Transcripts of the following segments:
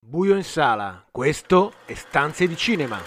Buio in sala, questo è Stanze di Cinema.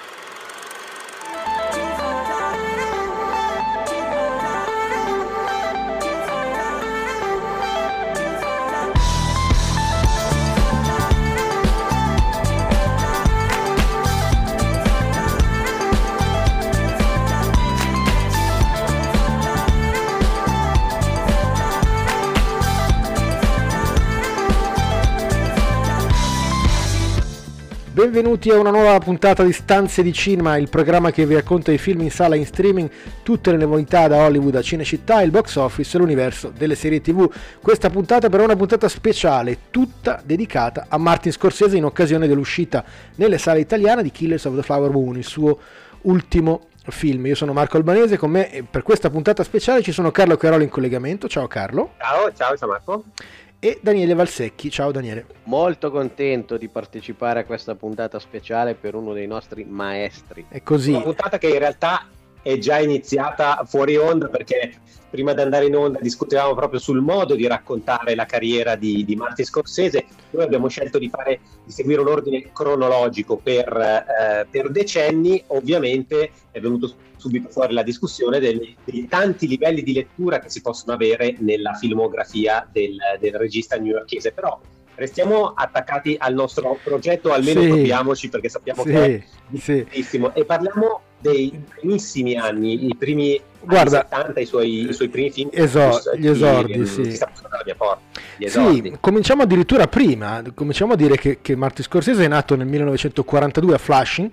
Benvenuti a una nuova puntata di Stanze di Cinema, il programma che vi racconta i film in sala e in streaming, tutte le novità da Hollywood a Cinecittà, il box office e l'universo delle serie TV. Questa puntata però è una puntata speciale, tutta dedicata a Martin Scorsese in occasione dell'uscita nelle sale italiane di Killers of the Flower Moon, il suo ultimo film. Io sono Marco Albanese, con me per questa puntata speciale ci sono Carlo Carolo in collegamento. Ciao Carlo. Ciao Marco. E Daniele Valsecchi. Ciao Daniele. Molto contento di partecipare a questa puntata speciale per uno dei nostri maestri. È così. Una puntata che in realtà è già iniziata fuori onda, perché prima di andare in onda discutevamo proprio sul modo di raccontare la carriera di Martin Scorsese. Noi abbiamo scelto di seguire un ordine cronologico per decenni. Ovviamente è venuto subito fuori la discussione dei tanti livelli di lettura che si possono avere nella filmografia del regista newyorkese, però restiamo attaccati al nostro progetto, almeno proviamoci, perché sappiamo che è difficilissimo. E parliamo dei primissimi anni, i primi anni 70, i suoi primi film, gli esordi, Chi sta bussando alla mia porta. Sì, cominciamo addirittura prima, cominciamo a dire che Martin Scorsese è nato nel 1942 a Flushing,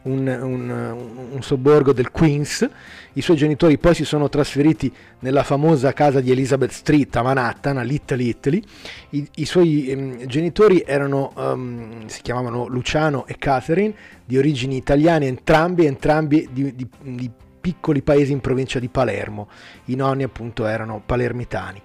un sobborgo del Queens. I suoi genitori poi si sono trasferiti nella famosa casa di Elizabeth Street a Manhattan, a Little Italy. I suoi genitori si chiamavano Luciano e Catherine, di origini italiane entrambi di piccoli paesi in provincia di Palermo. I nonni appunto erano palermitani.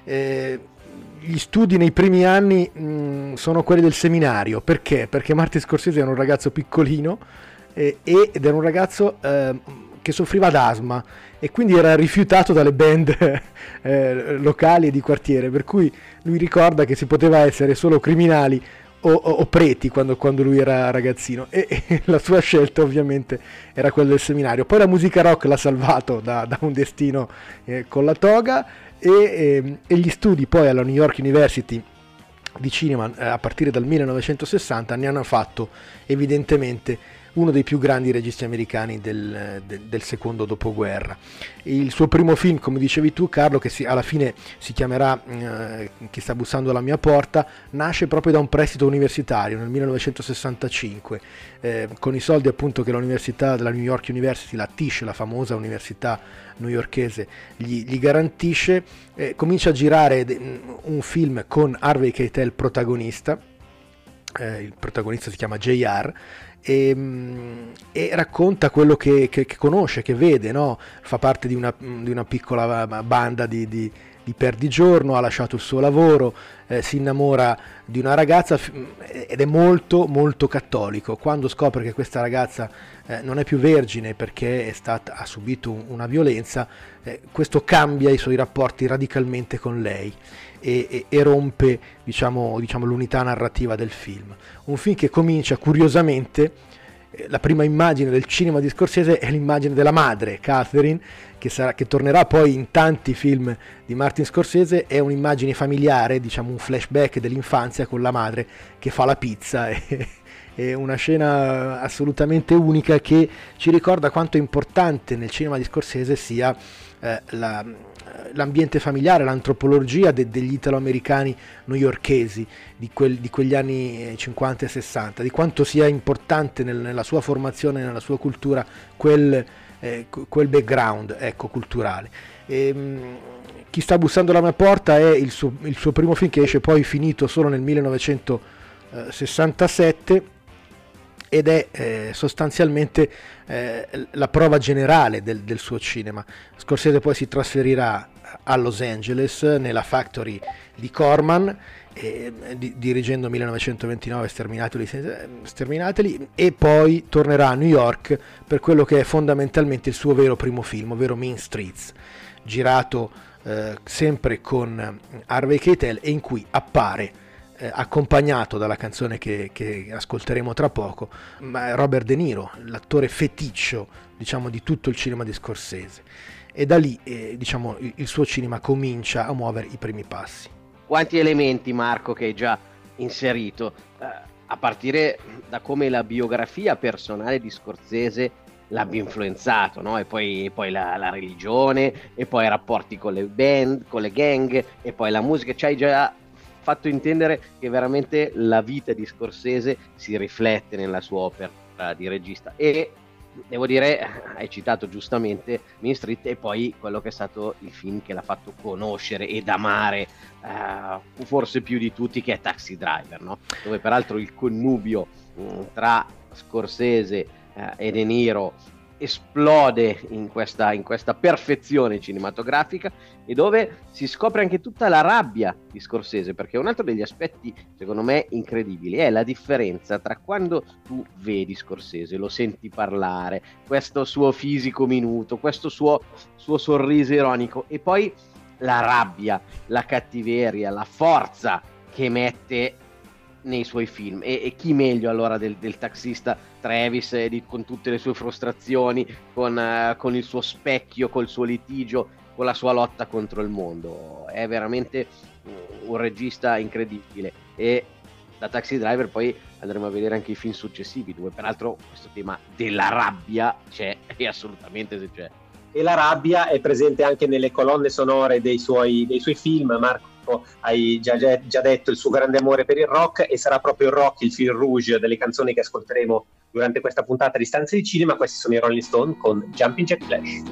Gli studi nei primi anni sono quelli del seminario. Perché? Perché Martin Scorsese era un ragazzo piccolino ed era un ragazzo che soffriva d'asma e quindi era rifiutato dalle band locali e di quartiere, per cui lui ricorda che si poteva essere solo criminali o preti quando lui era ragazzino, e la sua scelta ovviamente era quella del seminario. Poi la musica rock l'ha salvato da un destino con la toga, e gli studi poi alla New York University di cinema a partire dal 1960 ne hanno fatto evidentemente uno dei più grandi registi americani del secondo dopoguerra. Il suo primo film, come dicevi tu Carlo, che alla fine si chiamerà Chi sta bussando alla mia porta, nasce proprio da un prestito universitario nel 1965, con i soldi appunto che l'università della New York University, la Tisch, la famosa università newyorkese, gli garantisce. Comincia a girare un film con Harvey Keitel protagonista. Il protagonista si chiama JR, e racconta quello che conosce, che vede, no? Fa parte di una piccola banda di perdigiorno, ha lasciato il suo lavoro, si innamora di una ragazza ed è molto molto cattolico. Quando scopre che questa ragazza non è più vergine perché ha subito una violenza, questo cambia i suoi rapporti radicalmente con lei e rompe diciamo l'unità narrativa del film. Un film che comincia curiosamente, la prima immagine del cinema di Scorsese è l'immagine della madre, Catherine, che tornerà poi in tanti film di Martin Scorsese. È un'immagine familiare, un flashback dell'infanzia con la madre che fa la pizza. È una scena assolutamente unica che ci ricorda quanto importante nel cinema di Scorsese sia l'ambiente familiare, l'antropologia degli italo-americani newyorkesi di quegli anni 50 e 60, di quanto sia importante nella sua formazione, nella sua cultura quel background culturale. Chi sta bussando alla mia porta è il suo primo film, che esce poi finito solo nel 1967 ed è sostanzialmente la prova generale del suo cinema. Scorsese poi si trasferirà a Los Angeles nella Factory di Corman, dirigendo 1929 Sterminateli, e poi tornerà a New York per quello che è fondamentalmente il suo vero primo film, ovvero Mean Streets, girato sempre con Harvey Keitel, e in cui appare accompagnato dalla canzone che ascolteremo tra poco, Robert De Niro, l'attore feticcio, diciamo, di tutto il cinema di Scorsese, e da lì diciamo il suo cinema comincia a muovere i primi passi. Quanti elementi, Marco, che hai già inserito, a partire da come la biografia personale di Scorsese l'abbia influenzato, no? E poi la religione, e poi i rapporti con le band, con le gang, e poi la musica. Ci hai già fatto intendere che veramente la vita di Scorsese si riflette nella sua opera di regista. E devo dire, hai citato giustamente Mean Street, e poi quello che è stato il film che l'ha fatto conoscere ed amare forse più di tutti, che è Taxi Driver, no? Dove peraltro il connubio tra Scorsese e De Niro esplode in questa perfezione cinematografica, e dove si scopre anche tutta la rabbia di Scorsese, perché un altro degli aspetti secondo me incredibili è la differenza tra quando tu vedi Scorsese, lo senti parlare, questo suo fisico minuto, questo suo sorriso ironico, e poi la rabbia, la cattiveria, la forza che mette nei suoi film. E chi meglio allora del taxista Travis, con tutte le sue frustrazioni, con il suo specchio, col suo litigio, con la sua lotta contro il mondo. È veramente un regista incredibile, e da Taxi Driver poi andremo a vedere anche i film successivi, dove peraltro questo tema della rabbia c'è, e assolutamente se c'è. E la rabbia è presente anche nelle colonne sonore dei suoi film. Marco, hai già detto il suo grande amore per il rock, e sarà proprio il rock il fil rouge delle canzoni che ascolteremo durante questa puntata di Stanze di Cinema. Questi sono i Rolling Stone con Jumping Jack Flash.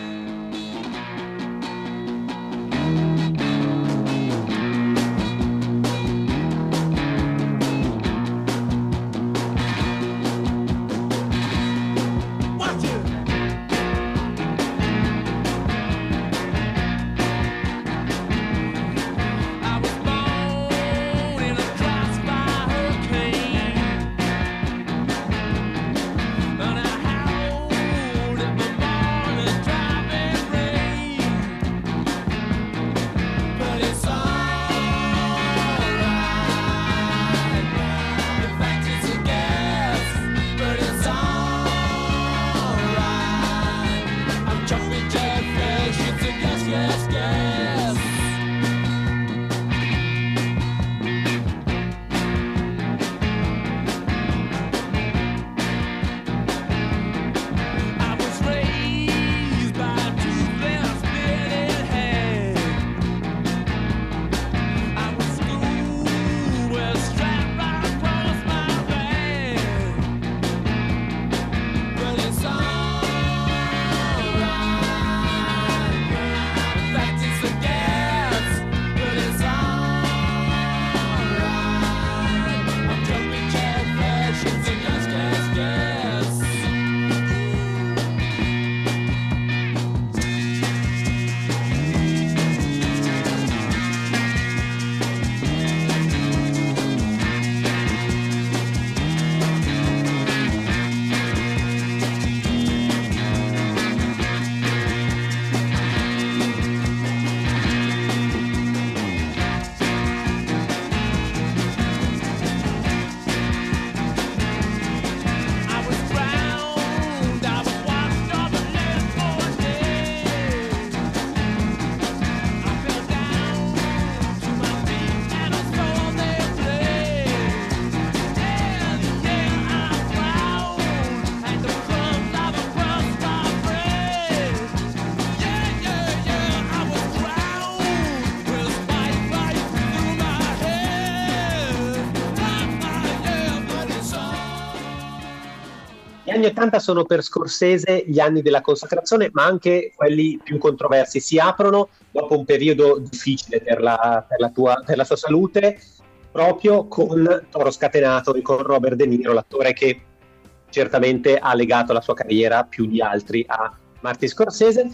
Gli anni 80 sono per Scorsese gli anni della consacrazione, ma anche quelli più controversi. Si aprono dopo un periodo difficile per la sua salute, proprio con Toro Scatenato e con Robert De Niro, l'attore che certamente ha legato la sua carriera più di altri a Martin Scorsese.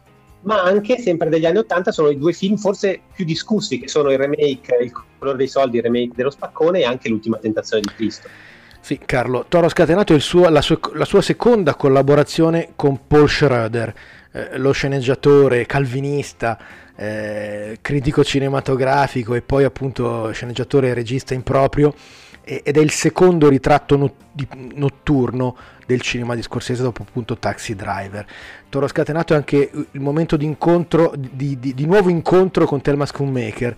Ma anche, sempre degli anni 80, sono i due film forse più discussi, che sono il remake Il colore dei soldi, il remake dello Spaccone, e anche L'ultima tentazione di Cristo. Sì, Carlo, Toro Scatenato è la sua seconda collaborazione con Paul Schroeder, lo sceneggiatore calvinista, critico cinematografico e poi appunto sceneggiatore e regista in proprio, ed è il secondo ritratto notturno del cinema di Scorsese dopo appunto Taxi Driver. Toro Scatenato è anche il momento di incontro, di nuovo incontro con Thelma Schoonmaker,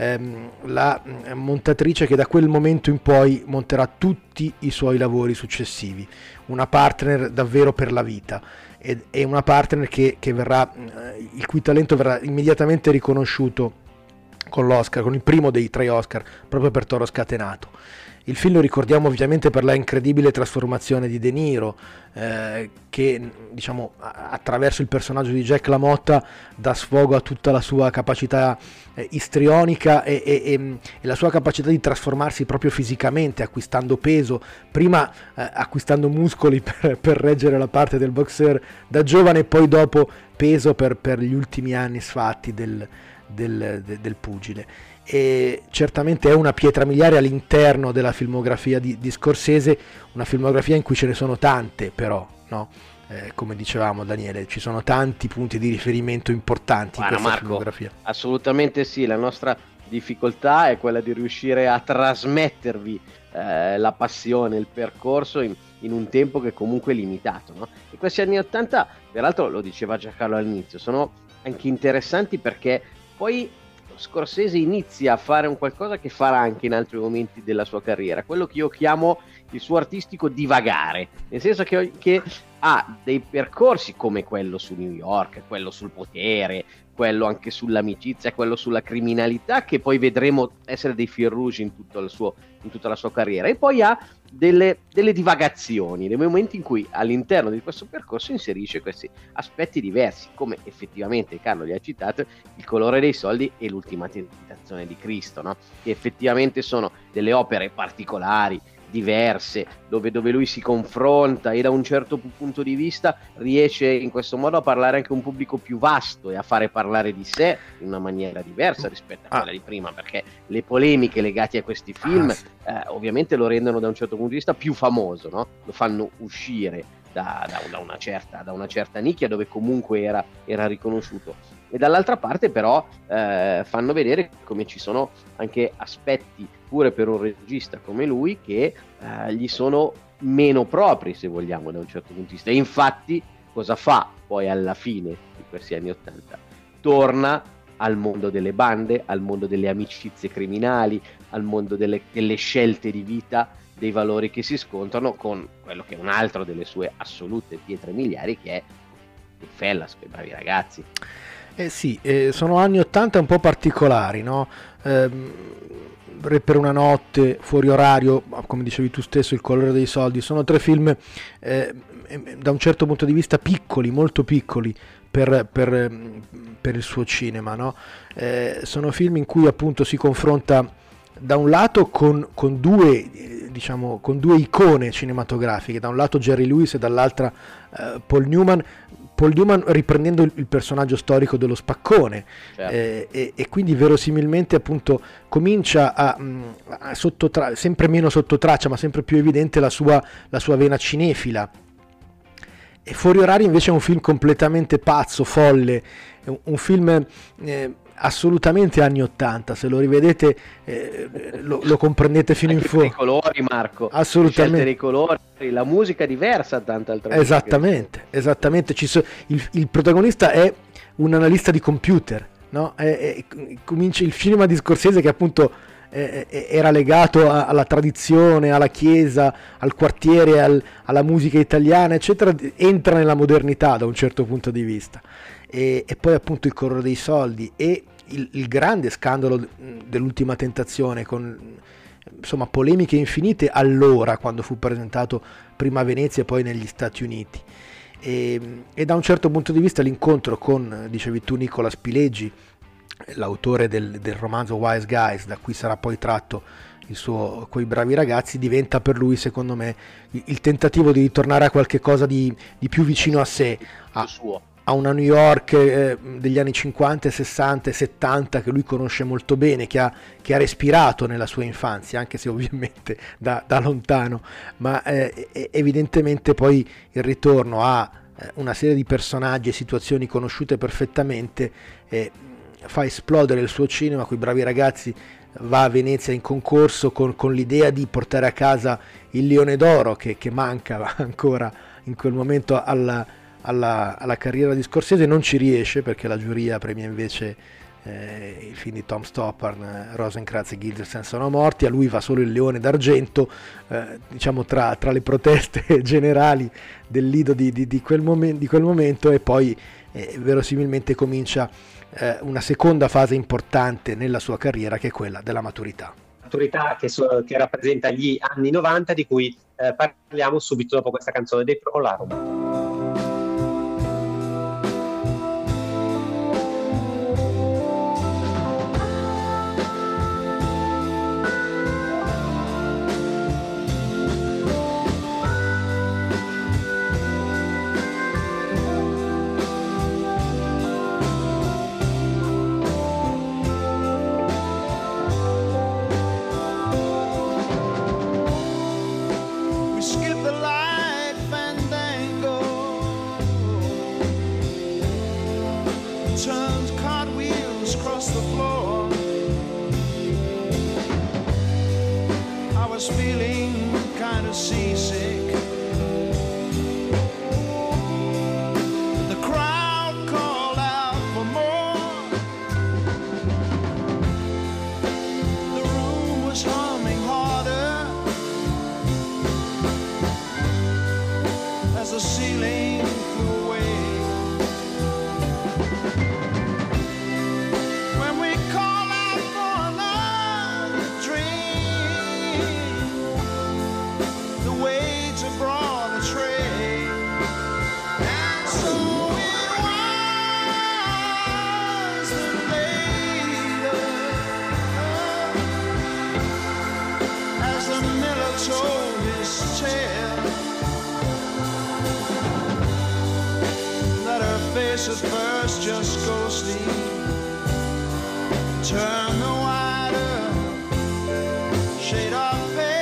la montatrice che da quel momento in poi monterà tutti i suoi lavori successivi, una partner davvero per la vita, e una partner che verrà, il cui talento verrà immediatamente riconosciuto con l'Oscar, con il primo dei 3 Oscar proprio per Toro Scatenato. Il film lo ricordiamo ovviamente per la incredibile trasformazione di De Niro, che diciamo attraverso il personaggio di Jack LaMotta dà sfogo a tutta la sua capacità istrionica e la sua capacità di trasformarsi proprio fisicamente, acquistando peso, prima acquistando muscoli per reggere la parte del boxer da giovane, e poi dopo peso per gli ultimi anni sfatti del pugile. E certamente è una pietra miliare all'interno della filmografia di Scorsese, una filmografia in cui ce ne sono tante, però, no? Come dicevamo, Daniele, ci sono tanti punti di riferimento importanti in questa filmografia. Assolutamente sì, la nostra difficoltà è quella di riuscire a trasmettervi la passione, il percorso in un tempo che comunque è limitato, no? E questi anni 80, peraltro lo diceva Giancarlo all'inizio, sono anche interessanti perché poi Scorsese inizia a fare un qualcosa che farà anche in altri momenti della sua carriera, quello che io chiamo il suo artistico divagare, nel senso che ha dei percorsi come quello su New York, quello sul potere, quello anche sull'amicizia, quello sulla criminalità, che poi vedremo essere dei fil rouge in tutta la sua carriera, e poi ha delle divagazioni, dei momenti in cui all'interno di questo percorso inserisce questi aspetti diversi, come effettivamente Carlo li ha citato, Il colore dei soldi e L'ultima tentazione di Cristo, no? Che effettivamente sono delle opere particolari, diverse, dove lui si confronta e da un certo punto di vista riesce in questo modo a parlare anche a un pubblico più vasto e a fare parlare di sé in una maniera diversa rispetto a quella di prima, perché le polemiche legate a questi film ovviamente lo rendono da un certo punto di vista più famoso, no? Lo fanno uscire da una certa nicchia dove comunque era riconosciuto, e dall'altra parte però fanno vedere come ci sono anche aspetti pure per un regista come lui che gli sono meno propri, se vogliamo, da un certo punto di vista. E infatti cosa fa poi alla fine di questi anni 80? Torna al mondo delle bande, al mondo delle amicizie criminali, al mondo delle scelte di vita, dei valori che si scontrano con quello che è un altro delle sue assolute pietre miliari, che è Goodfellas, quei bravi ragazzi. Sì, sono anni 80 un po' particolari, no? Re per una notte, Fuori orario, come dicevi tu stesso, Il colore dei soldi, sono 3 film da un certo punto di vista piccoli, molto piccoli per il suo cinema, no? Sono film in cui appunto si confronta da un lato con due icone cinematografiche, da un lato Jerry Lewis e dall'altra Paul Newman riprendendo il personaggio storico dello spaccone, certo. E quindi verosimilmente appunto comincia a sempre meno sotto traccia ma sempre più evidente la sua vena cinefila. E Fuori orario invece è un film completamente pazzo, folle, un film assolutamente anni 80, se lo rivedete lo comprendete fino in fondo. I colori, Marco, assolutamente, dei colori, la musica diversa, tanta altra esattamente. Il protagonista è un analista di computer, no? Comincia il cinema di Scorsese che appunto era legato alla tradizione, alla chiesa, al quartiere, alla musica italiana, eccetera, entra nella modernità da un certo punto di vista. E poi appunto Il colore dei soldi e il grande scandalo dell'ultima tentazione, con insomma polemiche infinite allora, quando fu presentato prima a Venezia e poi negli Stati Uniti, e da un certo punto di vista l'incontro con, dicevi tu, Nicolas Pileggi, l'autore del romanzo Wise Guys, da cui sarà poi tratto il suo Quei bravi ragazzi, diventa per lui, secondo me, il tentativo di ritornare a qualche cosa di più vicino a sé, a una New York degli anni 50, 60 e 70 che lui conosce molto bene, che ha respirato nella sua infanzia, anche se ovviamente da lontano, ma evidentemente poi il ritorno a una serie di personaggi e situazioni conosciute perfettamente fa esplodere il suo cinema. Quei bravi ragazzi va a Venezia in concorso con l'idea di portare a casa il Leone d'Oro che mancava ancora in quel momento alla carriera di Scorsese. Non ci riesce perché la giuria premia invece il film di Tom Stoppard, Rosencrantz e Guildenstern sono morti. A lui va solo il Leone d'Argento, diciamo tra le proteste generali del Lido di quel momento, e poi verosimilmente comincia una seconda fase importante nella sua carriera, che è quella della maturità. Maturità che rappresenta gli anni 90, di cui parliamo subito dopo questa canzone dei Procolarum. At first just go sleep, turn the wider shade of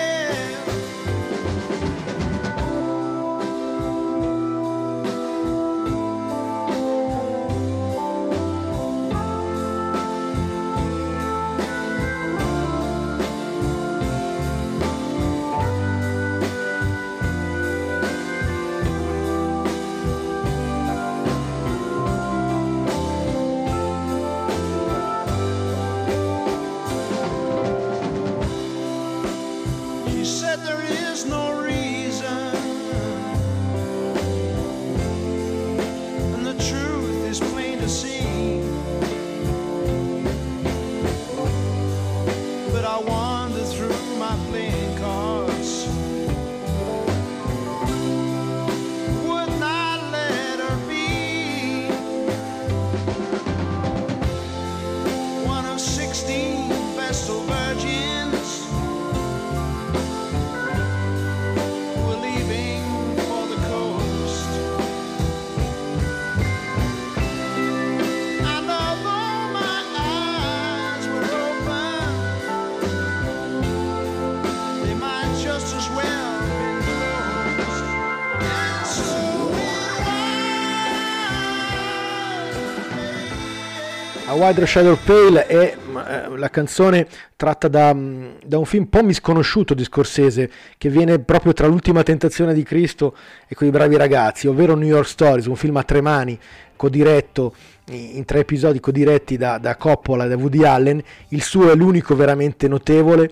A Wider Shade of Pale è la canzone tratta da un film un po' misconosciuto di Scorsese, che viene proprio tra L'ultima tentazione di Cristo e Quei bravi ragazzi, ovvero New York Stories, un film a tre mani, codiretto in 3 episodi, codiretti da Coppola e da Woody Allen. Il suo è l'unico veramente notevole,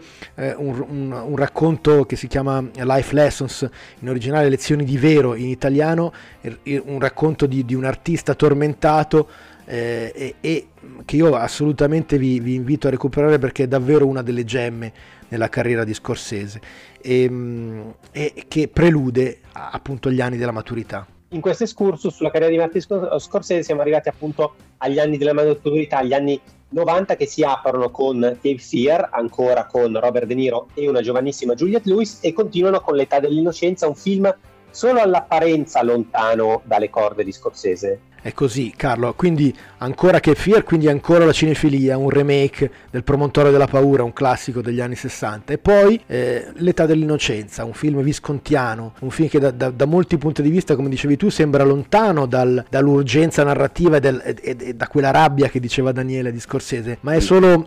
un racconto che si chiama Life Lessons, in originale Lezioni di Vero in italiano, un racconto di un artista tormentato, e che io assolutamente vi invito a recuperare, perché è davvero una delle gemme nella carriera di Scorsese, e che prelude appunto agli anni della maturità. In questo excursus sulla carriera di Martin Scorsese siamo arrivati appunto agli anni della maturità, agli anni 90, che si aprono con Cape Fear, ancora con Robert De Niro e una giovanissima Juliette Lewis, e continuano con L'età dell'innocenza, un film solo all'apparenza lontano dalle corde di Scorsese. È così, Carlo. Quindi ancora Cape Fear, quindi ancora la cinefilia, un remake del Promontorio della paura, un classico degli anni 60. E poi L'età dell'innocenza, un film viscontiano, un film che da molti punti di vista, come dicevi tu, sembra lontano dall'urgenza narrativa e da quella rabbia che diceva Daniele di Scorsese, ma è solo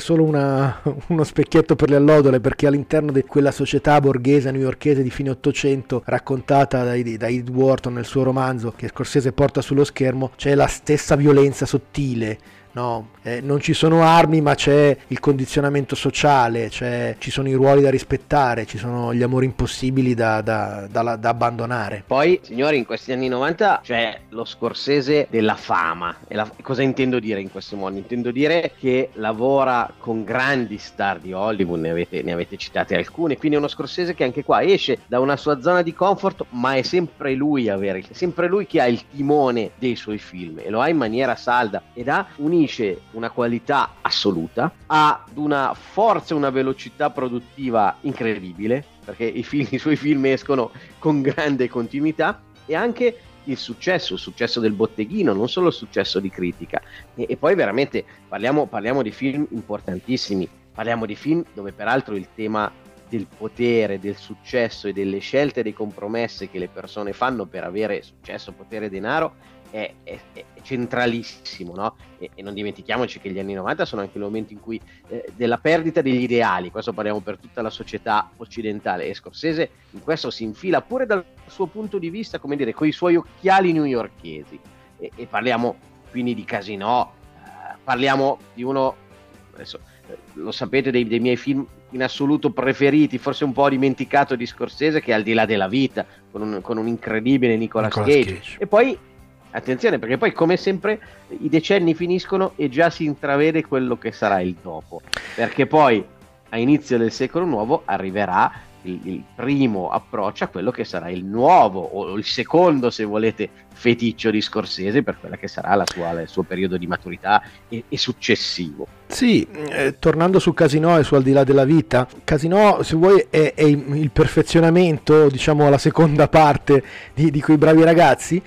uno specchietto per le allodole, perché all'interno di quella società borghese newyorkese di fine Ottocento, raccontata da Edith Wharton nel suo romanzo, che Scorsese porta sullo schermo, c'è la stessa violenza sottile, no? Non ci sono armi, ma c'è il condizionamento sociale, ci sono i ruoli da rispettare, ci sono gli amori impossibili da abbandonare. Poi, signori, in questi anni 90 c'è lo Scorsese della fama. Cosa intendo dire in questo modo? Intendo dire che lavora con grandi star di Hollywood, ne avete citate alcune, quindi è uno Scorsese che anche qua esce da una sua zona di comfort, ma è sempre lui sempre lui che ha il timone dei suoi film, e lo ha in maniera salda, ed unisce una qualità assoluta ad una forza e una velocità produttiva incredibile, perché i suoi film escono con grande continuità, e anche il successo del botteghino, non solo il successo di critica. E poi veramente parliamo di film importantissimi, parliamo di film dove peraltro il tema del potere, del successo e delle scelte e dei compromessi che le persone fanno per avere successo, potere e denaro è centralissimo, no? E non dimentichiamoci che gli anni 90 sono anche il momento in cui della perdita degli ideali, questo parliamo per tutta la società occidentale, e Scorsese in questo si infila pure dal suo punto di vista, come dire, con i suoi occhiali newyorkesi, e parliamo quindi di Casino, parliamo di uno, adesso lo sapete, dei miei film in assoluto preferiti, forse un po' dimenticato di Scorsese, che è Al di là della vita, con un incredibile Nicolas Cage. E poi attenzione, perché poi come sempre i decenni finiscono e già si intravede quello che sarà il dopo, perché poi a inizio del secolo nuovo arriverà il primo approccio a quello che sarà il nuovo, o il secondo, se volete, feticcio di Scorsese per quella che sarà il suo periodo di maturità e successivo. Sì, tornando su Casino e su Al di là della vita, Casino, se vuoi, è il perfezionamento, diciamo, la seconda parte di quei bravi ragazzi,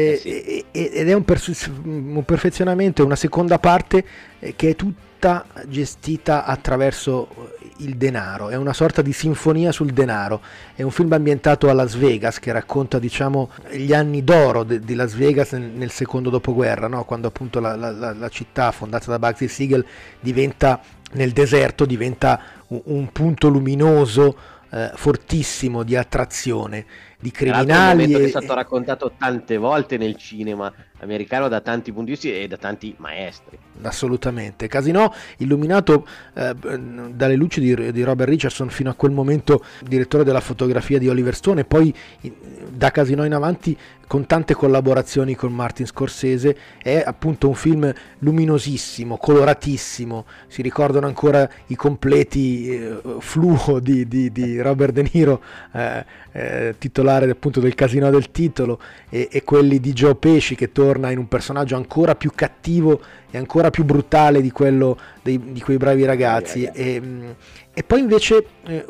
Sì. ed è un perfezionamento, una seconda parte che è tutta gestita attraverso il denaro, è una sorta di sinfonia sul denaro. È un film ambientato a Las Vegas che racconta, diciamo, gli anni d'oro di Las Vegas nel secondo dopoguerra, no? Quando appunto la città fondata da Bugsy Siegel diventa, nel deserto, diventa un punto luminoso, fortissimo di attrazione, di criminali. È un momento che è stato raccontato tante volte nel cinema americano da tanti punti di vista e da tanti maestri. Assolutamente. Casino, illuminato dalle luci di Robert Richardson, fino a quel momento direttore della fotografia di Oliver Stone, e poi da Casino in avanti con tante collaborazioni con Martin Scorsese. È appunto un film luminosissimo, coloratissimo, si ricordano ancora i completi fluo di Robert De Niro, titolare appunto del Casino del titolo, e quelli di Joe Pesci, che torna in un personaggio ancora più cattivo e ancora più brutale di quello di quei bravi ragazzi. E poi invece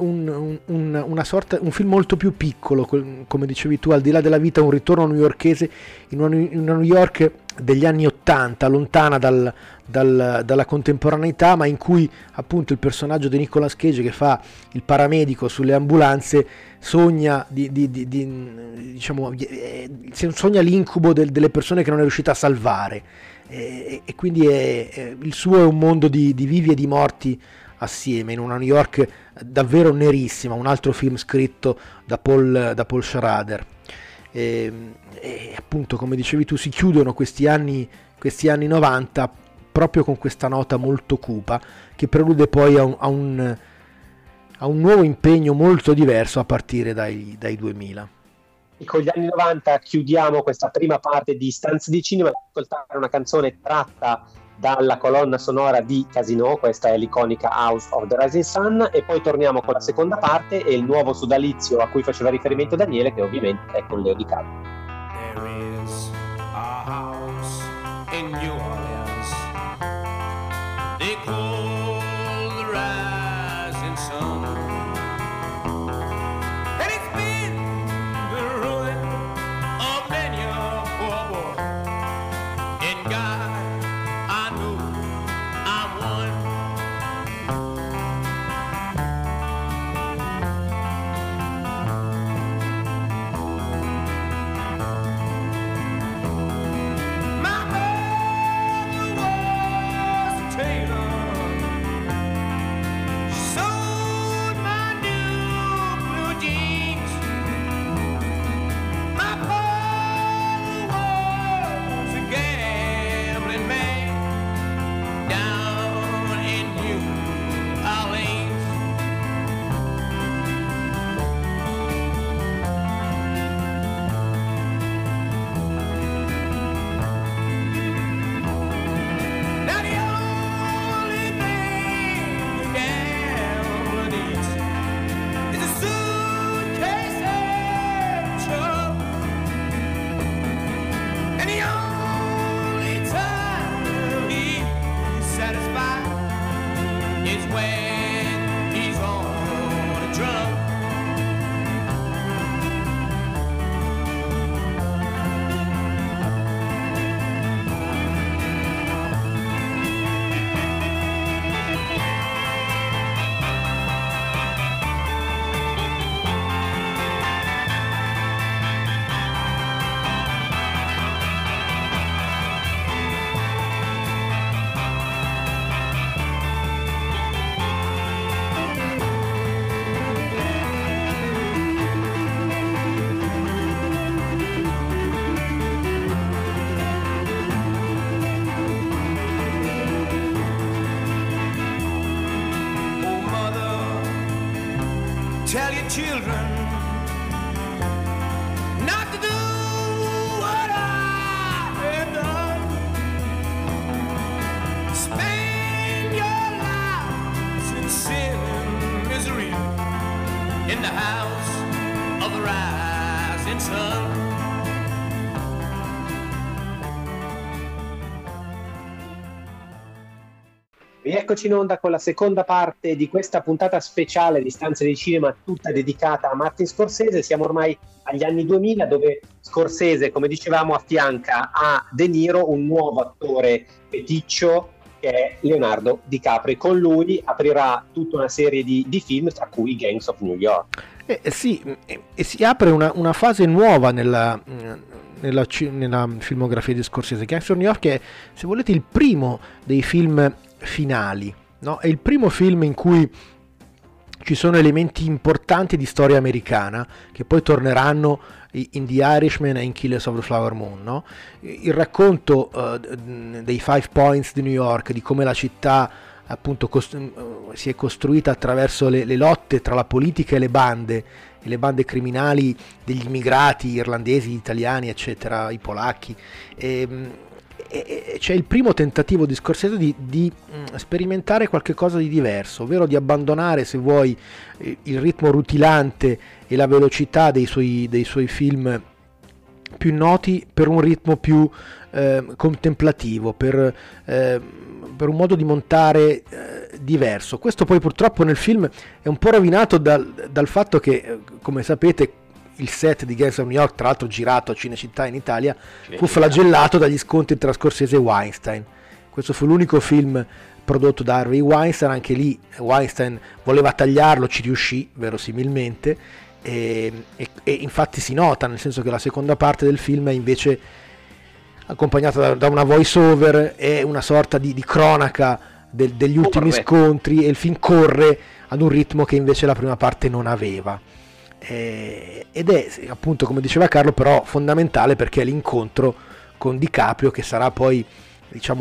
una sorta, un film molto più piccolo, come dicevi tu, Al di là della vita, un ritorno newyorkese in una New York degli anni '80, lontana dalla contemporaneità, ma in cui appunto il personaggio di Nicolas Cage, che fa il paramedico sulle ambulanze, sogna diciamo, sogna l'incubo delle persone che non è riuscita a salvare, e quindi il suo è un mondo di vivi e di morti assieme, in una New York davvero nerissima. Un altro film scritto da Paul Schrader. E appunto, come dicevi tu, si chiudono questi anni 90 proprio con questa nota molto cupa, che prelude poi a un nuovo impegno molto diverso a partire dai 2000. E con gli anni 90 chiudiamo questa prima parte di Stanze di Cinema, ascoltare una canzone tratta dalla colonna sonora di Casino, questa è l'iconica House of the Rising Sun, e poi torniamo con la seconda parte e il nuovo sodalizio a cui faceva riferimento Daniele, che ovviamente è con Leo DiCaprio. There is a house in New Orleans they call the Rising Sun, and it's been the ruin of many a poor boy children not to do what I have done. Spend your lives in sin and misery in the house of the rising sun. Rieccoci in onda con la seconda parte di questa puntata speciale di Stanze di Cinema, tutta dedicata a Martin Scorsese. Siamo ormai agli anni 2000, dove Scorsese, come dicevamo, affianca a De Niro un nuovo attore feticcio, che è Leonardo DiCaprio. Con lui aprirà tutta una serie di film, tra cui Gangs of New York. Sì, e si apre una fase nuova nella filmografia di Scorsese. Gangs of New York è, se volete, il primo dei film finali, no? È il primo film in cui ci sono elementi importanti di storia americana che poi torneranno in The Irishman e in Killers of the Flower Moon, no? Il racconto dei Five Points di New York, di come la città appunto si è costruita attraverso le lotte tra la politica e le bande criminali degli immigrati irlandesi, italiani, eccetera, i polacchi. C'è il primo tentativo di Scorsese di sperimentare qualche cosa di diverso, ovvero di abbandonare, se vuoi, il ritmo rutilante e la velocità dei suoi film più noti per un ritmo più contemplativo, per un modo di montare diverso. Questo poi purtroppo nel film è un po' rovinato dal fatto che, come sapete, il set di Gangs of New York, tra l'altro girato a Cinecittà in Italia, fu flagellato dagli scontri tra Scorsese e Weinstein. Questo fu l'unico film prodotto da Harvey Weinstein. Anche lì Weinstein voleva tagliarlo, ci riuscì verosimilmente, e infatti si nota, nel senso che la seconda parte del film è invece accompagnata da una voice over e una sorta di cronaca degli ultimi scontri, e il film corre ad un ritmo che invece la prima parte non aveva. Ed è, appunto, come diceva Carlo, però fondamentale, perché è l'incontro con DiCaprio che sarà poi, diciamo,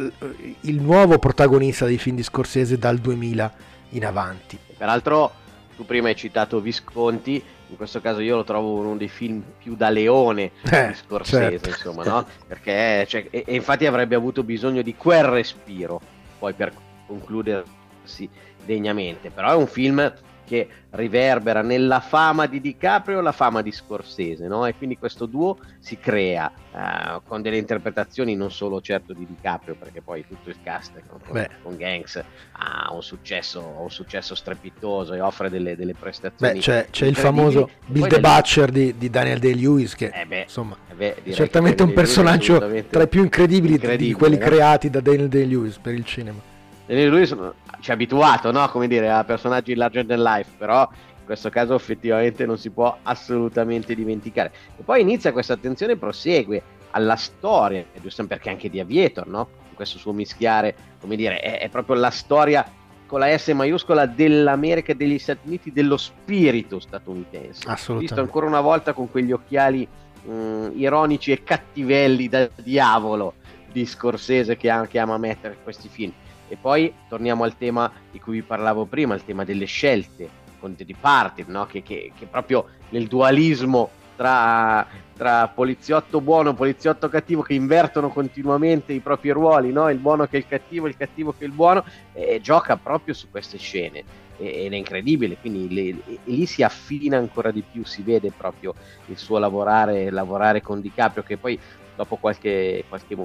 il nuovo protagonista dei film di Scorsese dal 2000 in avanti. Peraltro tu prima hai citato Visconti, in questo caso io lo trovo uno dei film più da leone di Scorsese, certo. Insomma, no? Perché e infatti avrebbe avuto bisogno di quel respiro poi per concludersi degnamente. Però è un film che riverbera nella fama di DiCaprio la fama di Scorsese, no? E quindi questo duo si crea con delle interpretazioni non solo certo di DiCaprio, perché poi tutto il cast con Gangs ha un successo strepitoso e offre delle prestazioni. C'è il famoso Bill the Butcher di Daniel Day-Lewis, che insomma è certamente un personaggio tra i più incredibili di quelli creati da Daniel Day-Lewis per il cinema. Lui ci ha abituato, no? Come dire, a personaggi larger than life, però in questo caso effettivamente non si può assolutamente dimenticare. E poi inizia questa attenzione, prosegue alla storia, giusto, perché anche di Aviator, no? In questo suo mischiare, come dire, è proprio la storia con la S maiuscola dell'America e degli Stati Uniti, dello spirito statunitense. Assolutamente. Visto ancora una volta con quegli occhiali ironici e cattivelli da diavolo di Scorsese che ama mettere questi film. E poi torniamo al tema di cui vi parlavo prima, il tema delle scelte con The Departed, no? che proprio nel dualismo tra poliziotto buono, poliziotto cattivo, che invertono continuamente i propri ruoli, no? Il buono che è il cattivo che è il buono, e gioca proprio su queste scene ed è incredibile. Quindi lì si affina ancora di più, si vede proprio il suo lavorare con DiCaprio, che poi dopo qualche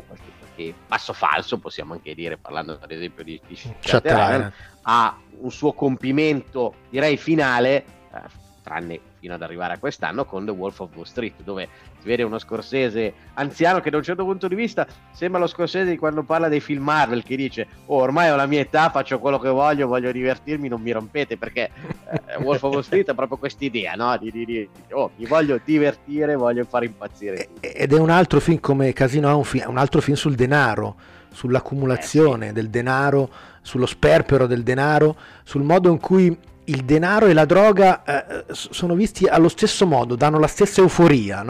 passo falso, possiamo anche dire, parlando ad esempio di Shutter Island, ha un suo compimento, direi, finale, tranne fino ad arrivare a quest'anno con The Wolf of Wall Street, dove si vede uno Scorsese anziano che da un certo punto di vista sembra lo Scorsese di quando parla dei film Marvel, che dice: ormai ho la mia età, faccio quello che voglio divertirmi, non mi rompete, perché Wolf of Wall Street ha proprio quest'idea, no? Mi voglio divertire, voglio far impazzire. Ed è un altro film, come Casino, un altro film sul denaro, sull'accumulazione del denaro, sullo sperpero del denaro, sul modo in cui il denaro e la droga sono visti allo stesso modo, danno la stessa euforia, no?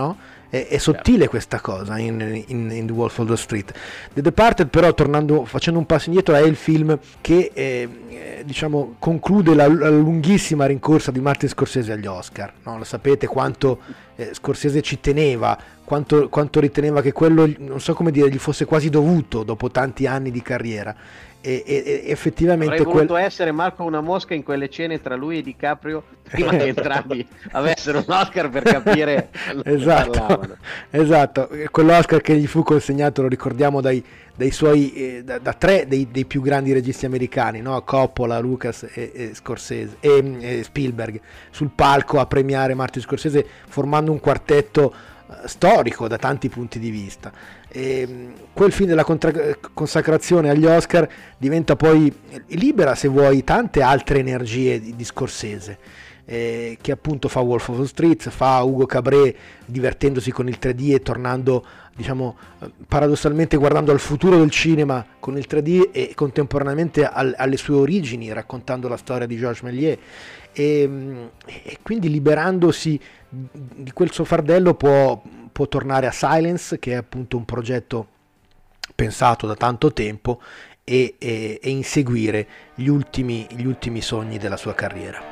È sottile questa cosa in The Wolf of Wall Street. The Departed, però, facendo un passo indietro, è il film che diciamo conclude la lunghissima rincorsa di Martin Scorsese agli Oscar, no? Lo sapete quanto Scorsese ci teneva, quanto riteneva che quello, non so come dire, gli fosse quasi dovuto dopo tanti anni di carriera. E effettivamente avrei voluto essere, Marco, una mosca in quelle cene tra lui e DiCaprio prima che entrambi avessero un Oscar, per capire esatto, quell'Oscar che gli fu consegnato, lo ricordiamo, dai suoi da tre dei più grandi registi americani, no? Coppola, Lucas e Scorsese e Spielberg, sul palco a premiare Martin Scorsese, formando un quartetto storico da tanti punti di vista. Quel film della consacrazione agli Oscar diventa poi, libera se vuoi tante altre energie di Scorsese, che appunto fa Wolf of Wall Street, fa Hugo Cabret divertendosi con il 3D e tornando, diciamo, paradossalmente guardando al futuro del cinema con il 3D e contemporaneamente alle sue origini, raccontando la storia di Georges Méliès, e quindi liberandosi di quel suo fardello può tornare a Silence, che è appunto un progetto pensato da tanto tempo, e inseguire gli ultimi sogni della sua carriera.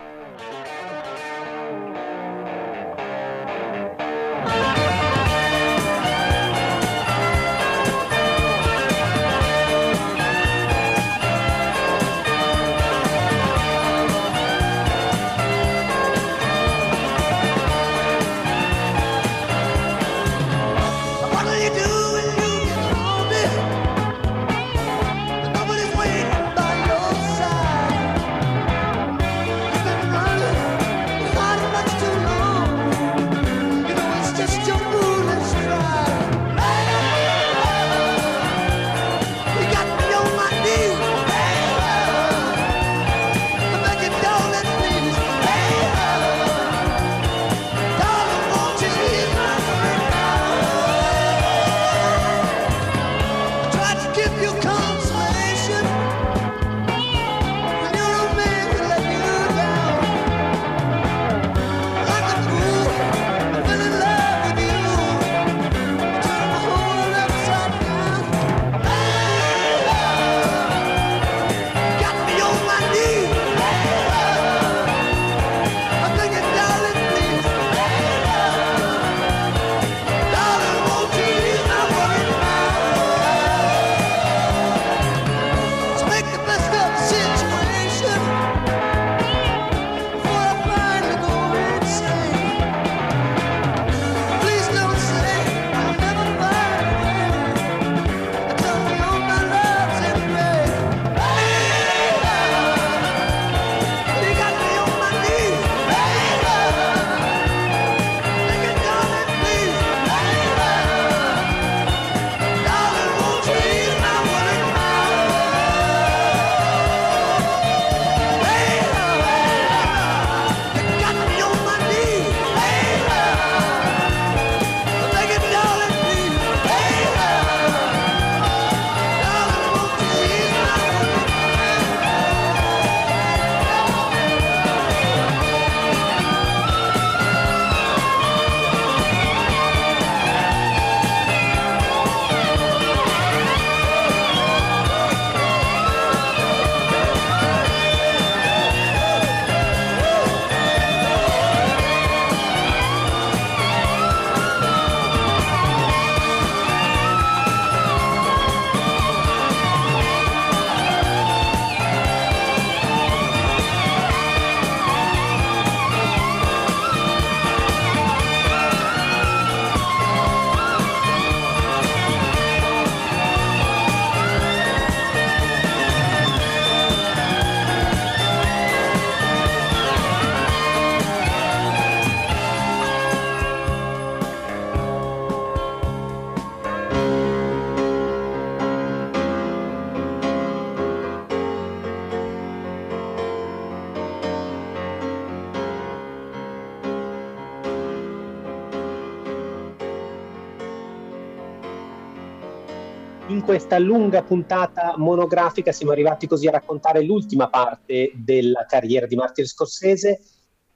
In questa lunga puntata monografica siamo arrivati così a raccontare l'ultima parte della carriera di Martin Scorsese.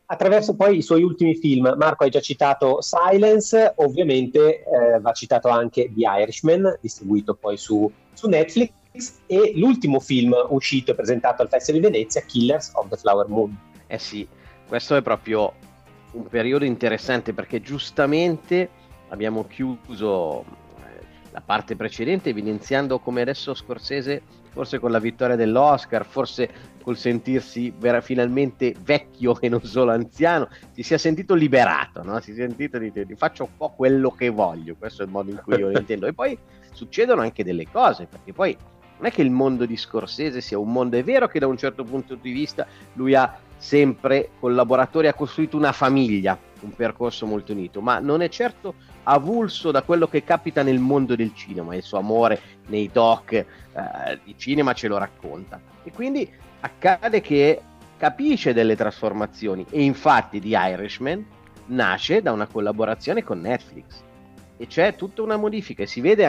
attraverso poi i suoi ultimi film. Marco, hai già citato Silence, ovviamente va citato anche The Irishman, distribuito poi su Netflix, e l'ultimo film uscito e presentato al Festival di Venezia, Killers of the Flower Moon. Eh sì, questo è proprio un periodo interessante, perché giustamente abbiamo chiuso la parte precedente evidenziando come adesso Scorsese, forse con la vittoria dell'Oscar, forse col sentirsi finalmente vecchio e non solo anziano, si sia sentito liberato, no? Si è sentito di faccio un po' quello che voglio, questo è il modo in cui io lo intendo. E poi succedono anche delle cose, perché poi non è che il mondo di Scorsese sia un mondo, è vero che da un certo punto di vista lui ha sempre collaboratori, ha costruito una famiglia, un percorso molto unito, ma non è certo avulso da quello che capita nel mondo del cinema. Il suo amore nei doc di cinema ce lo racconta, e quindi accade che capisce delle trasformazioni, e infatti The Irishman nasce da una collaborazione con Netflix e c'è tutta una modifica, e si vede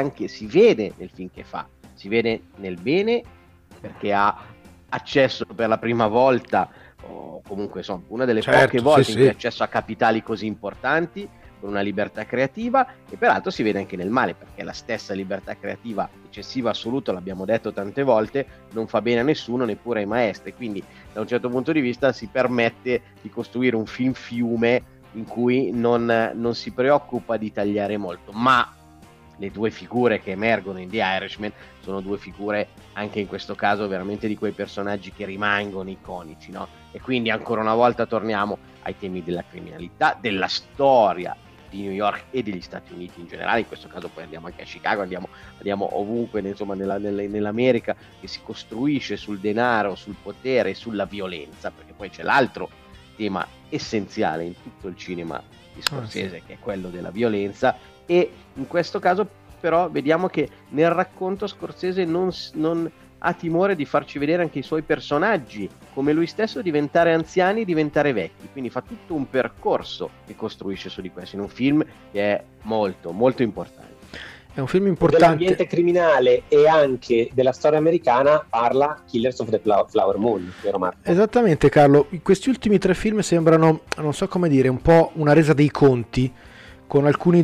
nel film che fa, si vede nel bene, perché ha accesso per la prima volta, o comunque insomma una delle poche volte in cui ha accesso a capitali così importanti, con una libertà creativa, e peraltro si vede anche nel male, perché la stessa libertà creativa eccessiva, assoluta, l'abbiamo detto tante volte, non fa bene a nessuno, neppure ai maestri. Quindi da un certo punto di vista si permette di costruire un film fiume in cui non si preoccupa di tagliare molto, ma le due figure che emergono in The Irishman sono due figure, anche in questo caso, veramente di quei personaggi che rimangono iconici, no? E quindi ancora una volta torniamo ai temi della criminalità, della storia di New York e degli Stati Uniti in generale. In questo caso poi andiamo anche a Chicago, andiamo ovunque, insomma, nell'America che si costruisce sul denaro, sul potere e sulla violenza, perché poi c'è l'altro tema essenziale in tutto il cinema di Scorsese, che è quello della violenza. E in questo caso però vediamo che nel racconto Scorsese non ha timore di farci vedere anche i suoi personaggi, come lui stesso, diventare anziani, diventare vecchi, quindi fa tutto un percorso che costruisce su di questo, in un film che è molto molto importante. È un film importante. Dell'ambiente criminale e anche della storia americana parla Killers of the Flower Moon, vero Marco? Esattamente, Carlo. Questi ultimi tre film sembrano, non so come dire, un po' una resa dei conti con alcuni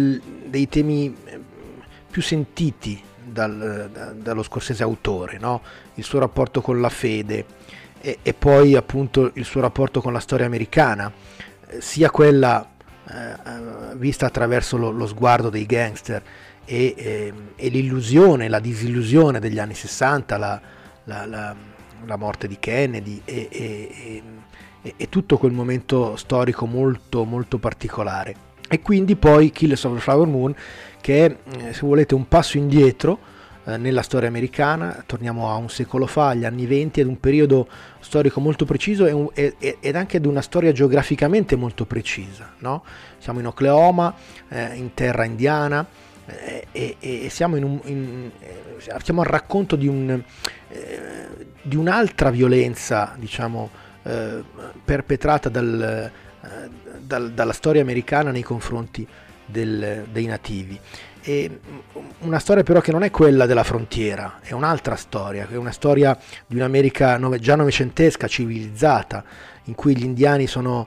dei temi più sentiti dallo Scorsese autore, no? Il suo rapporto con la fede e poi appunto il suo rapporto con la storia americana, sia quella vista attraverso lo sguardo dei gangster e l'illusione, la disillusione degli anni 60, la morte di Kennedy e tutto quel momento storico molto molto particolare. E quindi poi Killers of the Flower Moon, che è, se volete, un passo indietro nella storia americana. Torniamo a un secolo fa, agli anni 20, ad un periodo storico molto preciso ed anche ad una storia geograficamente molto precisa, no? Siamo in Oklahoma, in terra indiana, e siamo siamo al racconto di un'altra violenza, diciamo, perpetrata dalla storia americana nei confronti dei nativi. E una storia però che non è quella della frontiera, è un'altra storia, è una storia di un'America già novecentesca, civilizzata, in cui gli indiani sono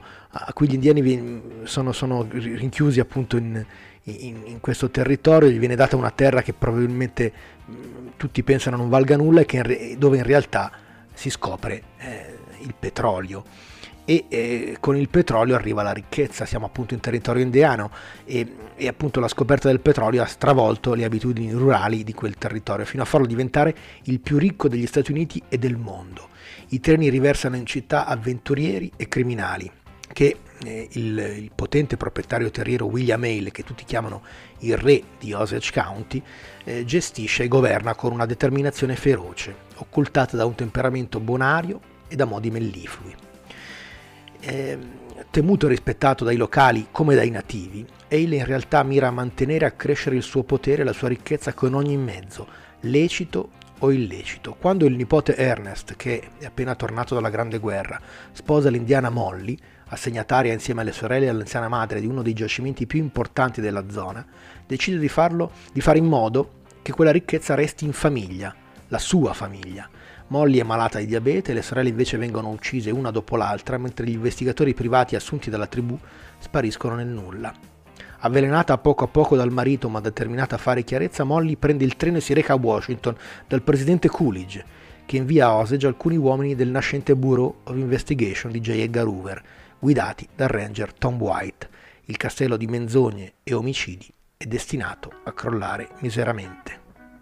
rinchiusi appunto in questo territorio. Gli viene data una terra che probabilmente tutti pensano non valga nulla e dove in realtà si scopre il petrolio. E con il petrolio arriva la ricchezza. Siamo appunto in territorio indiano e appunto la scoperta del petrolio ha stravolto le abitudini rurali di quel territorio fino a farlo diventare il più ricco degli Stati Uniti e del mondo. I treni riversano in città avventurieri e criminali che il potente proprietario terriero William Hale, che tutti chiamano il re di Osage County, gestisce e governa con una determinazione feroce, occultata da un temperamento bonario e da modi melliflui. Temuto e rispettato dai locali come dai nativi, Hale in realtà mira a mantenere e a crescere il suo potere e la sua ricchezza con ogni mezzo, lecito o illecito. Quando il nipote Ernest, che è appena tornato dalla Grande Guerra, sposa l'indiana Molly, assegnataria insieme alle sorelle e all'anziana madre di uno dei giacimenti più importanti della zona, decide di fare in modo che quella ricchezza resti in famiglia, la sua famiglia, Molly è malata di diabete, le sorelle invece vengono uccise una dopo l'altra, mentre gli investigatori privati assunti dalla tribù spariscono nel nulla. Avvelenata a poco dal marito ma determinata a fare chiarezza, Molly prende il treno e si reca a Washington dal presidente Coolidge, che invia a Osage alcuni uomini del nascente Bureau of Investigation di J. Edgar Hoover, guidati dal ranger Tom White. Il castello di menzogne e omicidi è destinato a crollare miseramente.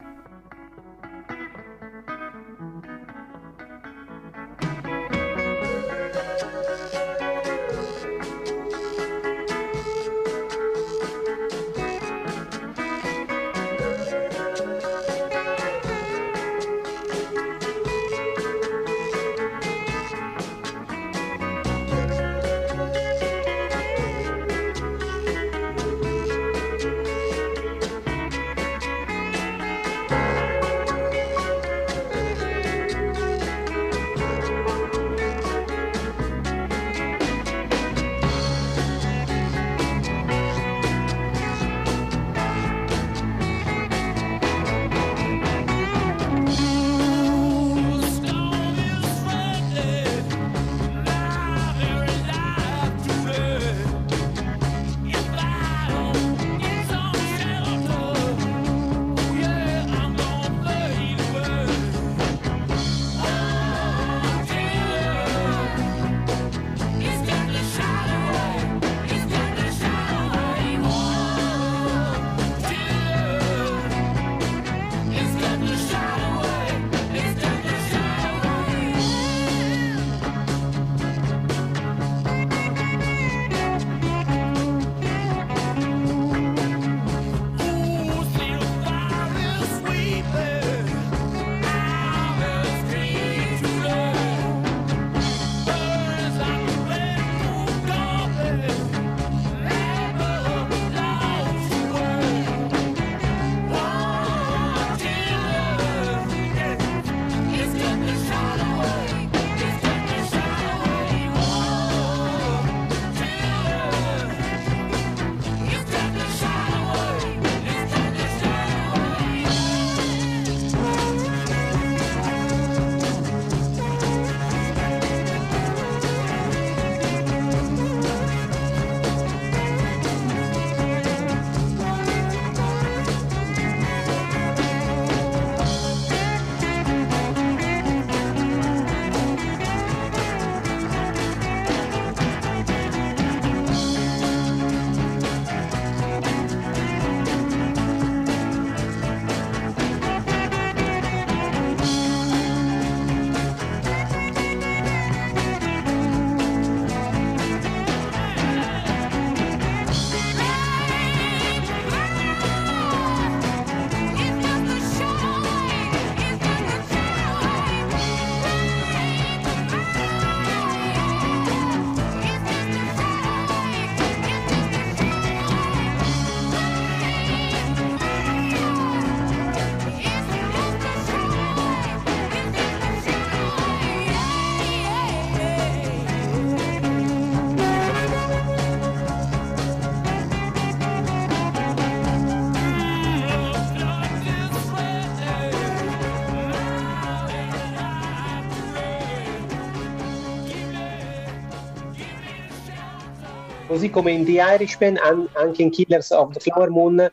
Così come in The Irishman, anche in Killers of the Flower Moon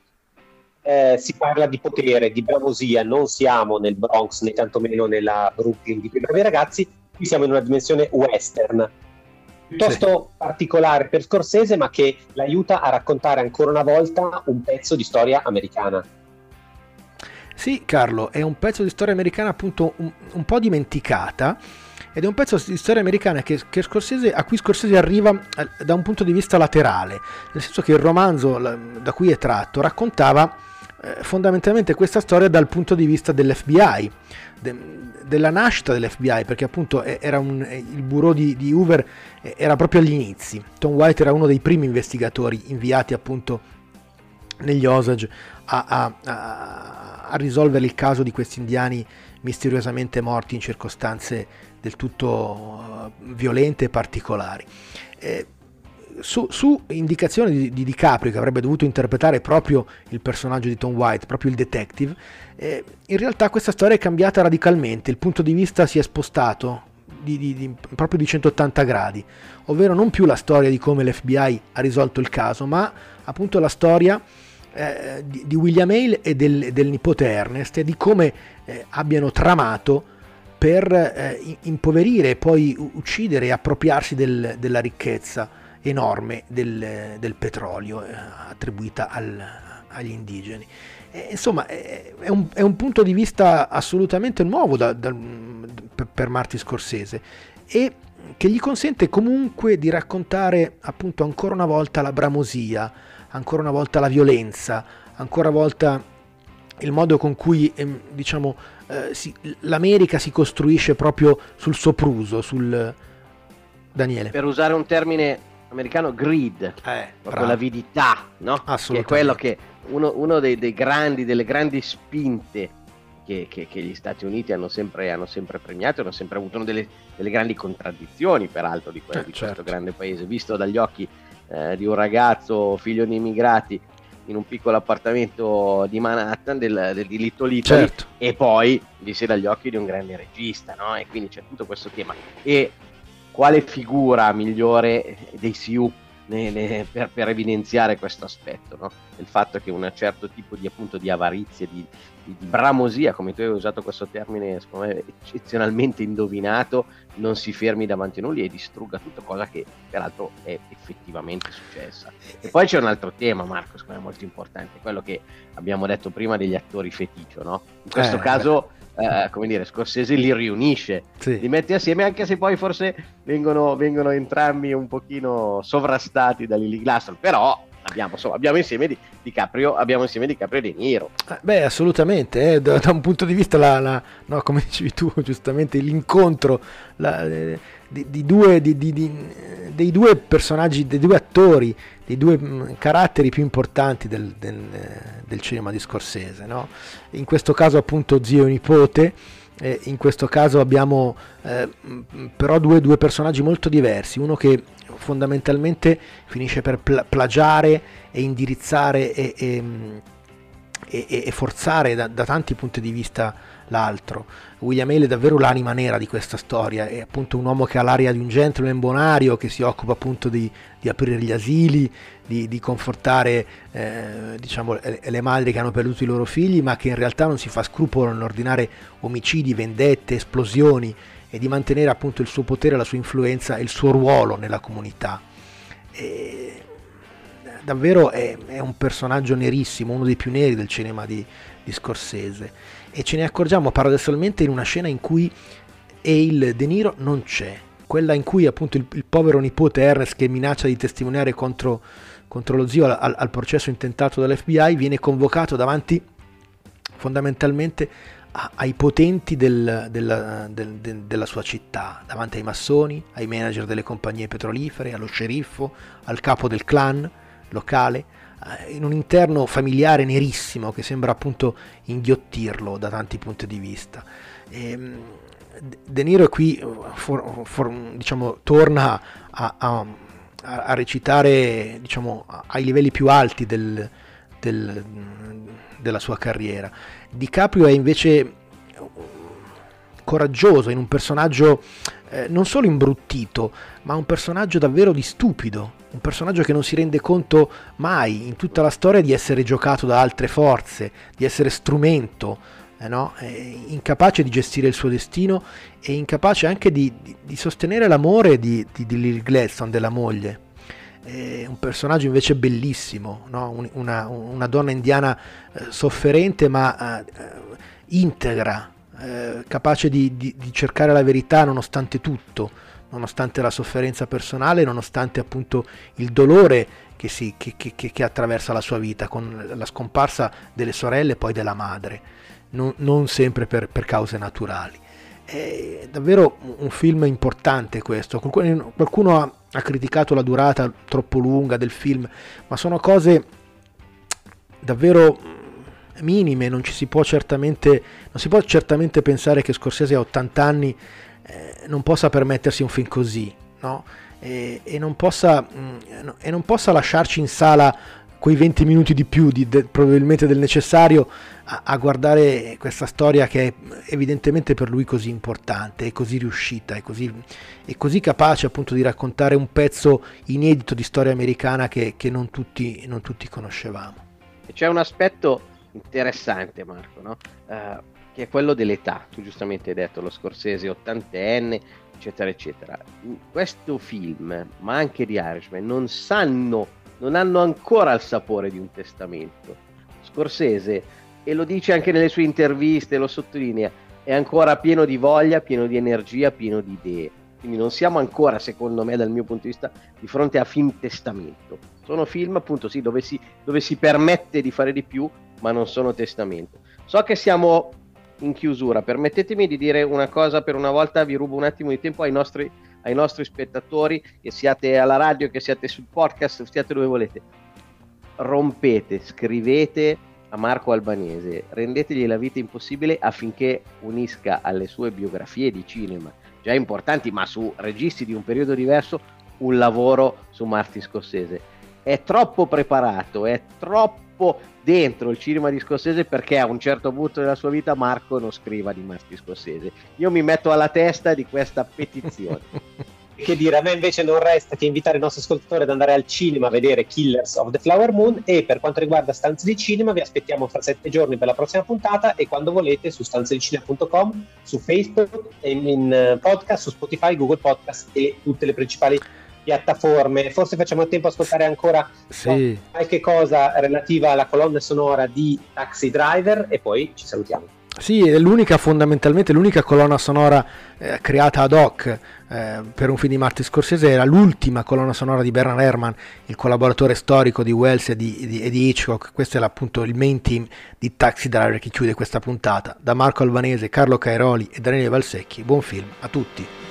si parla di potere, di bramosia. Non siamo nel Bronx né tantomeno nella Brooklyn di quei bravi ragazzi, qui siamo in una dimensione western piuttosto particolare per Scorsese, ma che l'aiuta a raccontare ancora una volta un pezzo di storia americana. Sì, Carlo, è un pezzo di storia americana appunto un po' dimenticata, ed è un pezzo di storia americana a cui Scorsese arriva da un punto di vista laterale, nel senso che il romanzo da cui è tratto raccontava fondamentalmente questa storia dal punto di vista dell'FBI, della nascita dell'FBI, perché appunto il bureau di Hoover era proprio agli inizi. Tom White era uno dei primi investigatori inviati appunto negli Osage a risolvere il caso di questi indiani misteriosamente morti in circostanze del tutto violente e particolari. su indicazione di DiCaprio, che avrebbe dovuto interpretare proprio il personaggio di Tom White, proprio il detective, in realtà questa storia è cambiata radicalmente, il punto di vista si è spostato proprio di 180 gradi, ovvero non più la storia di come l'FBI ha risolto il caso, ma appunto la storia di William Hale e del nipote Ernest, e di come abbiano tramato per impoverire e poi uccidere e appropriarsi della ricchezza enorme del petrolio attribuita agli indigeni. Insomma, è un punto di vista assolutamente nuovo per Martin Scorsese, e che gli consente comunque di raccontare appunto ancora una volta la bramosia, ancora una volta la violenza, ancora una volta il modo con cui l'America si costruisce proprio sul sopruso, sul Daniele. Per usare un termine americano, greed, proprio l'avidità, no? Che è quello che uno delle grandi spinte che gli Stati Uniti hanno sempre premiato, hanno sempre avuto, una delle grandi contraddizioni peraltro di questo grande paese, visto dagli occhi di un ragazzo figlio di immigrati in un piccolo appartamento di Manhattan di Little Italy, certo. E poi visto dagli occhi di un grande regista, no? E quindi c'è tutto questo tema. E quale figura migliore dei Sioux per evidenziare questo aspetto, no? Il fatto che un certo tipo di avarizia, di bramosia, come tu hai usato questo termine secondo me eccezionalmente indovinato, non si fermi davanti a nulla e distrugga tutto, cosa che peraltro è effettivamente successa. E poi c'è un altro tema, Marco, secondo me molto importante, quello che abbiamo detto prima degli attori feticcio, no? In questo caso come dire, Scorsese li riunisce, sì. Li mette assieme, anche se poi forse vengono entrambi un pochino sovrastati da Lily Gladstone, però abbiamo insieme DiCaprio e De Niro. Beh, assolutamente, da un punto di vista no, come dicevi tu giustamente, l'incontro dei due personaggi, dei due attori, dei due caratteri più importanti del cinema di Scorsese, no? In questo caso appunto zio e nipote, in questo caso abbiamo però due personaggi molto diversi, uno che fondamentalmente finisce per plagiare e indirizzare e forzare da tanti punti di vista l'altro. William Hale è davvero l'anima nera di questa storia, è appunto un uomo che ha l'aria di un gentleman bonario, che si occupa appunto di aprire gli asili, di confortare le madri che hanno perduto i loro figli, ma che in realtà non si fa scrupolo nell'ordinare omicidi, vendette, esplosioni, e di mantenere appunto il suo potere, la sua influenza e il suo ruolo nella comunità. Davvero è un personaggio nerissimo, uno dei più neri del cinema di Scorsese, e ce ne accorgiamo paradossalmente in una scena in cui Hale De Niro non c'è, quella in cui appunto il povero nipote Ernest, che minaccia di testimoniare contro lo zio al processo intentato dall'FBI, viene convocato davanti fondamentalmente ai potenti della sua città, davanti ai massoni, ai manager delle compagnie petrolifere, allo sceriffo, al capo del clan locale, in un interno familiare nerissimo che sembra appunto inghiottirlo da tanti punti di vista. De Niro qui torna a recitare, diciamo, ai livelli più alti della sua carriera. DiCaprio è invece coraggioso in un personaggio non solo imbruttito, ma un personaggio davvero di stupido, un personaggio che non si rende conto mai in tutta la storia di essere giocato da altre forze, di essere strumento, no? Incapace di gestire il suo destino e incapace anche di sostenere l'amore di Lily Gladstone, della moglie. Un personaggio invece bellissimo, no? Una donna indiana sofferente ma integra, capace di cercare la verità nonostante tutto, nonostante la sofferenza personale, nonostante appunto il dolore che attraversa la sua vita, con la scomparsa delle sorelle e poi della madre, non sempre per cause naturali. È davvero un film importante questo. Qualcuno ha criticato la durata troppo lunga del film, ma sono cose davvero minime. Non si può certamente pensare che Scorsese a 80 anni non possa permettersi un film così, no? e non possa lasciarci in sala quei 20 minuti di più probabilmente del necessario a guardare questa storia che è evidentemente per lui così importante, è così riuscita, è così capace appunto di raccontare un pezzo inedito di storia americana che non tutti conoscevamo. E c'è un aspetto interessante, Marco, no? Che è quello dell'età. Tu giustamente hai detto lo Scorsese ottantenne, eccetera eccetera. Questo film, ma anche di Irishman, non hanno ancora il sapore di un testamento. Scorsese, e lo dice anche nelle sue interviste, lo sottolinea, è ancora pieno di voglia, pieno di energia, pieno di idee. Quindi non siamo ancora, secondo me, dal mio punto di vista, di fronte a film testamento. Sono film, appunto, sì, dove si permette di fare di più, ma non sono testamento. So che siamo in chiusura, permettetemi di dire una cosa per una volta, vi rubo un attimo di tempo ai nostri spettatori, che siate alla radio, che siate sul podcast, siate dove volete. Rompete, scrivete a Marco Albanese, rendetegli la vita impossibile affinché unisca alle sue biografie di cinema, già importanti, ma su registi di un periodo diverso, un lavoro su Martin Scorsese. È troppo preparato, è troppo dentro il cinema di Scorsese perché a un certo punto della sua vita Marco non scriva di Martin Scorsese. Io mi metto alla testa di questa petizione. Che dire, a me invece non resta che invitare il nostro ascoltatore ad andare al cinema a vedere Killers of the Flower Moon, e per quanto riguarda Stanze di Cinema vi aspettiamo fra 7 giorni per la prossima puntata, e quando volete su stanzedicinema.com, su Facebook, in podcast, su Spotify, Google Podcast e tutte le principali piattaforme. Forse facciamo tempo a ascoltare ancora qualche cosa relativa alla colonna sonora di Taxi Driver e poi ci salutiamo. Sì, è fondamentalmente l'unica colonna sonora creata ad hoc per un film di Martin Scorsese. Era l'ultima colonna sonora di Bernard Herrmann, il collaboratore storico di Wells e di Hitchcock. Questo è appunto il main team di Taxi Driver che chiude questa puntata. Da Marco Albanese, Carlo Cairoli e Daniele Valsecchi, buon film a tutti.